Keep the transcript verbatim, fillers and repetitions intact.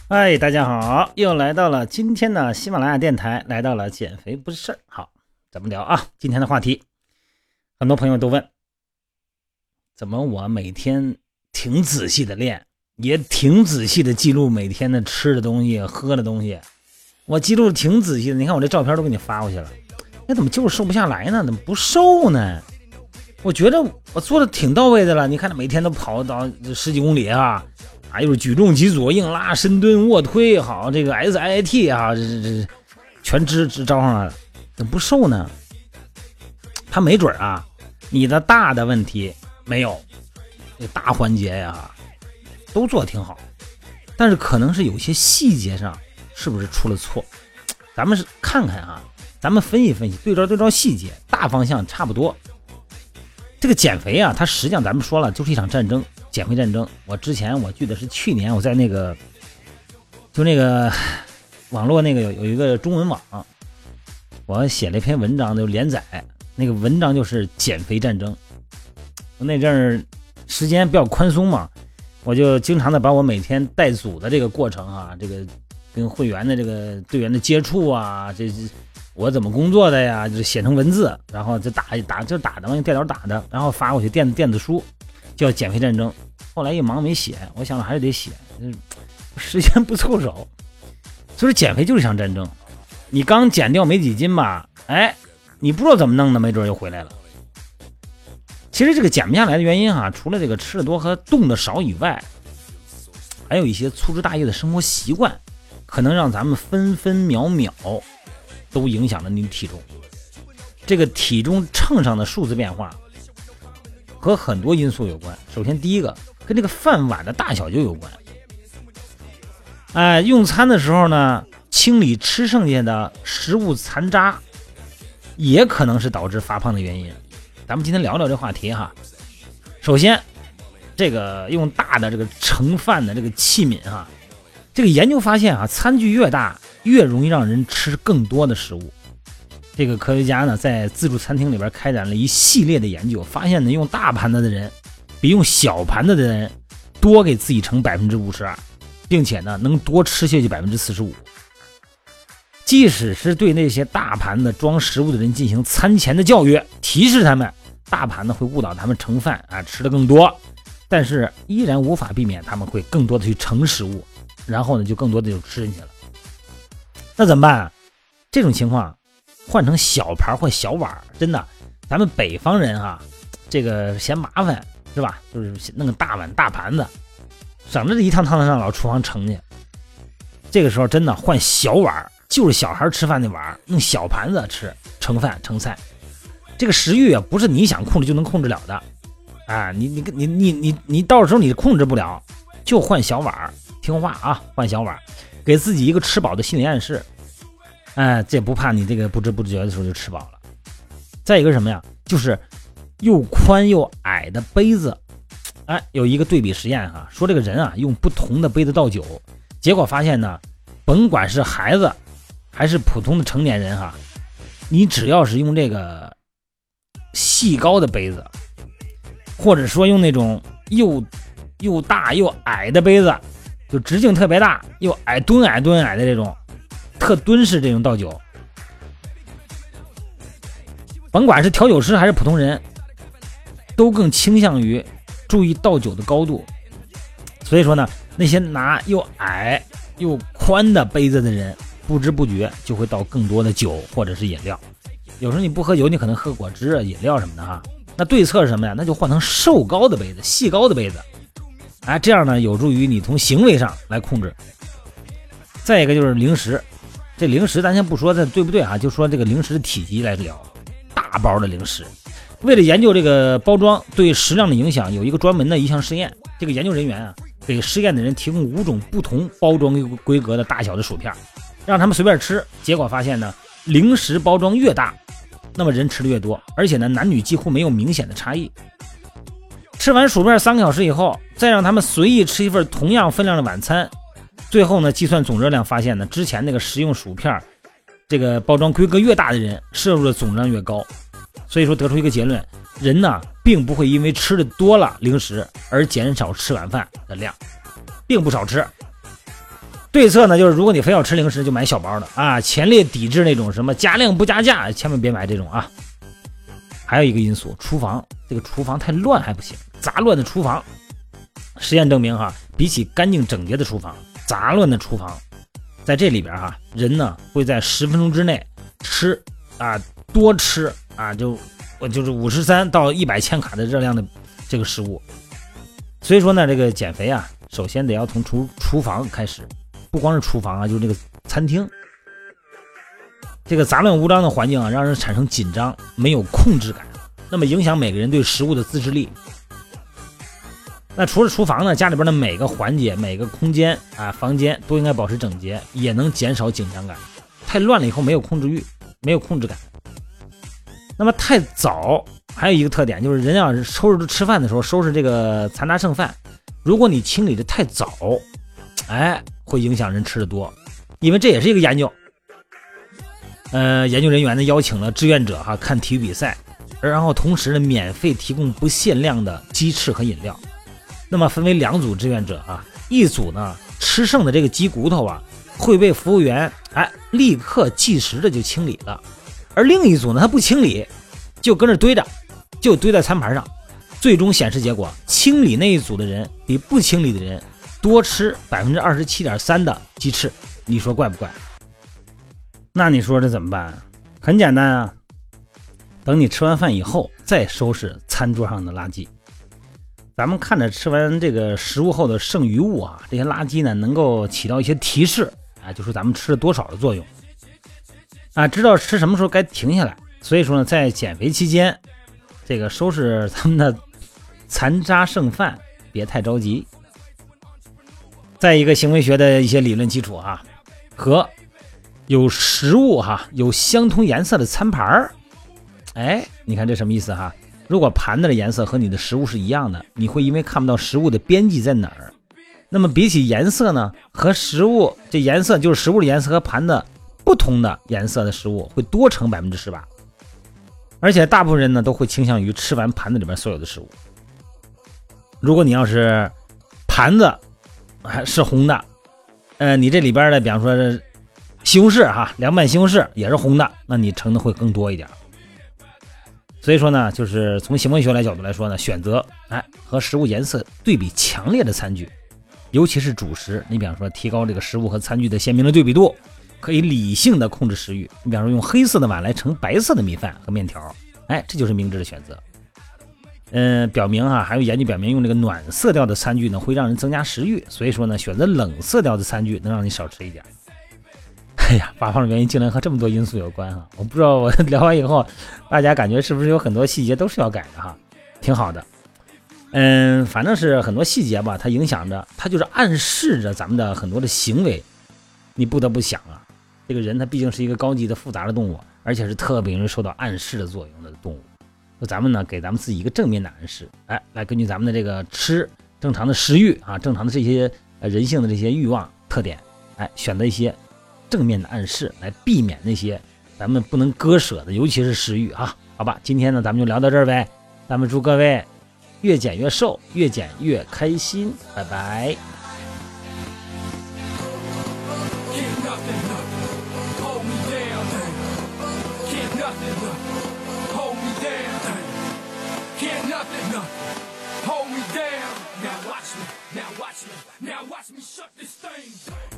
嗨，大家好，又来到了今天的喜马拉雅电台，来到了减肥不是事儿。好，咱们聊啊，今天的话题，很多朋友都问，怎么我每天挺仔细的练，也挺仔细的记录每天的吃的东西、喝的东西，我记录的挺仔细的，你看我这照片都给你发过去了，那怎么就是瘦不下来呢？怎么不瘦呢？我觉得我做的挺到位的了，你看每天都跑到十几公里啊。啊，又是举重几组、硬拉、深蹲、卧推，好，这个 S I I T 啊，这这这全支支招上来了，怎么不瘦呢？他没准啊，你的大的问题没有，这个大环节呀，都做得挺好，但是可能是有些细节上是不是出了错？咱们是看看啊，咱们分析分析，对照对照细节，大方向差不多。这个减肥啊，它实际上咱们说了，就是一场战争。减肥战争，我之前我记得是去年我在那个就那个网络那个有有一个中文网，我写了一篇文章就连载，那个文章就是减肥战争。那阵儿时间比较宽松嘛，我就经常的把我每天带组的这个过程啊，这个跟会员的这个队员的接触啊，这我怎么工作的呀，就写成文字，然后就打打就打的嘛，用电脑打的，然后发过去电子电子书。叫减肥战争，后来一忙没写，我想还是得写，时间不凑手，所以减肥就是一场战争。你刚减掉没几斤吧，哎，你不知道怎么弄的，没准又回来了。其实这个减不下来的原因哈，除了这个吃的多和动的少以外，还有一些粗枝大叶的生活习惯，可能让咱们分分秒秒都影响了你的体重。这个体重秤上的数字变化和很多因素有关。首先第一个跟这个饭碗的大小就有关。哎，用餐的时候呢，清理吃剩下的食物残渣也可能是导致发胖的原因。咱们今天聊聊这话题哈。首先这个用大的这个盛饭的这个器皿哈，这个研究发现啊，餐具越大越容易让人吃更多的食物。这个科学家呢，在自助餐厅里边开展了一系列的研究，发现呢，用大盘子的人比用小盘子的人多给自己盛百分之五十二，并且呢，能多吃下去百分之四十五。即使是对那些大盘子装食物的人进行餐前的教育，提示他们大盘子会误导他们盛饭啊，吃的更多，但是依然无法避免他们会更多的去盛食物，然后呢，就更多的就吃进去了。那怎么办啊？这种情况换成小盘或小碗，真的，咱们北方人啊，这个嫌麻烦是吧？就是弄个大碗大盘子，省着这一趟趟的上老厨房盛去。这个时候真的换小碗，就是小孩吃饭那碗，用小盘子吃盛饭盛菜。这个食欲啊，不是你想控制就能控制了的啊！你你你你你你到时候你控制不了，就换小碗，听话啊，换小碗，给自己一个吃饱的心理暗示。哎，这不怕你这个不知不觉的时候就吃饱了。再一个什么呀，就是又宽又矮的杯子。哎，有一个对比实验哈，说这个人啊用不同的杯子倒酒，结果发现呢，甭管是孩子还是普通的成年人哈，你只要是用这个细高的杯子，或者说用那种又又大又矮的杯子，就直径特别大又矮蹲矮蹲矮的这种特蹲式这种倒酒，甭管是调酒师还是普通人，都更倾向于注意倒酒的高度。所以说呢，那些拿又矮又宽的杯子的人，不知不觉就会倒更多的酒或者是饮料。有时候你不喝酒，你可能喝果汁啊、饮料什么的哈。那对策是什么呀？那就换成瘦高的杯子、细高的杯子，哎，这样呢有助于你从行为上来控制。再一个就是零食。这零食咱先不说这对不对啊，就说这个零食的体积来聊。大包的零食，为了研究这个包装对食量的影响，有一个专门的一项实验。这个研究人员啊，给实验的人提供五种不同包装规格的大小的薯片，让他们随便吃。结果发现呢，零食包装越大，那么人吃的越多，而且呢，男女几乎没有明显的差异。吃完薯片三个小时以后，再让他们随意吃一份同样分量的晚餐，最后呢，计算总热量发现呢，之前那个食用薯片这个包装规格越大的人，摄入的总量越高。所以说得出一个结论，人呢并不会因为吃的多了零食而减少吃晚饭的量，并不少吃。 对策呢，就是如果你非要吃零食，就买小包的啊，强烈抵制那种什么加量不加价，千万别买这种啊。还有一个因素，厨房，这个厨房太乱还不行，杂乱的厨房，实验证明哈，比起干净整洁的厨房，杂乱的厨房，在这里边哈，人呢会在十分钟之内吃啊，多吃啊，就我就是五十三到一百千卡的热量的这个食物。所以说呢，这个减肥啊，首先得要从厨厨房开始。不光是厨房啊，就是这个餐厅，这个杂乱无章的环境啊，让人产生紧张，没有控制感，那么影响每个人对食物的自制力。那除了厨房呢，家里边的每个环节、每个空间啊、房间都应该保持整洁，也能减少紧张感。太乱了以后没有控制欲，没有控制感。那么太早还有一个特点，就是人要是收拾吃饭的时候，收拾这个残渣剩饭，如果你清理的太早，哎，会影响人吃的多，因为这也是一个研究。呃，研究人员呢邀请了志愿者哈看体育比赛，然后同时呢免费提供不限量的鸡翅和饮料。那么分为两组志愿者啊，一组呢吃剩的这个鸡骨头啊会被服务员哎立刻计时的就清理了，而另一组呢他不清理，就跟着堆着，就堆在餐盘上。最终显示结果，清理那一组的人比不清理的人多吃 百分之二十七点三 的鸡翅，你说怪不怪？那你说这怎么办？很简单啊，等你吃完饭以后再收拾餐桌上的垃圾。咱们看着吃完这个食物后的剩余物啊，这些垃圾呢能够起到一些提示啊，就是咱们吃了多少的作用啊，知道吃什么时候该停下来。所以说呢，在减肥期间，这个收拾咱们的残渣剩饭别太着急。再一个行为学的一些理论基础啊，和有食物哈有相同颜色的餐盘，哎，你看这什么意思哈？如果盘子的颜色和你的食物是一样的，你会因为看不到食物的边际在哪儿。那么比起颜色呢，和食物这颜色就是食物的颜色和盘的不同的颜色的食物会多乘 百分之十八， 而且大部分人呢都会倾向于吃完盘子里面所有的食物。如果你要是盘子还是红的，呃，你这里边的比方说西红柿哈，凉拌西红柿也是红的，那你盛的会更多一点。所以说呢，就是从行为学来角度来说呢，选择哎和食物颜色对比强烈的餐具，尤其是主食，你比方说提高这个食物和餐具的鲜明的对比度，可以理性的控制食欲。你比方说用黑色的碗来盛白色的米饭和面条，哎，这就是明智的选择。嗯、呃，表明啊，还有研究表明，用这个暖色调的餐具呢，会让人增加食欲。所以说呢，选择冷色调的餐具能让你少吃一点。哎呀，发胖的原因竟然和这么多因素有关哈！我不知道我聊完以后，大家感觉是不是有很多细节都是要改的哈？挺好的。嗯，反正是很多细节吧，它影响着，它就是暗示着咱们的很多的行为。你不得不想啊，这个人他毕竟是一个高级的复杂的动物，而且是特别容易受到暗示的作用的动物。那咱们呢，给咱们自己一个正面的暗示，哎，来根据咱们的这个吃正常的食欲啊，正常的这些呃人性的这些欲望特点，哎，选择一些正面的暗示，来避免那些咱们不能割舍的，尤其是食欲啊。好吧，今天呢咱们就聊到这儿呗，咱们祝各位越减越瘦，越减越开心，拜拜。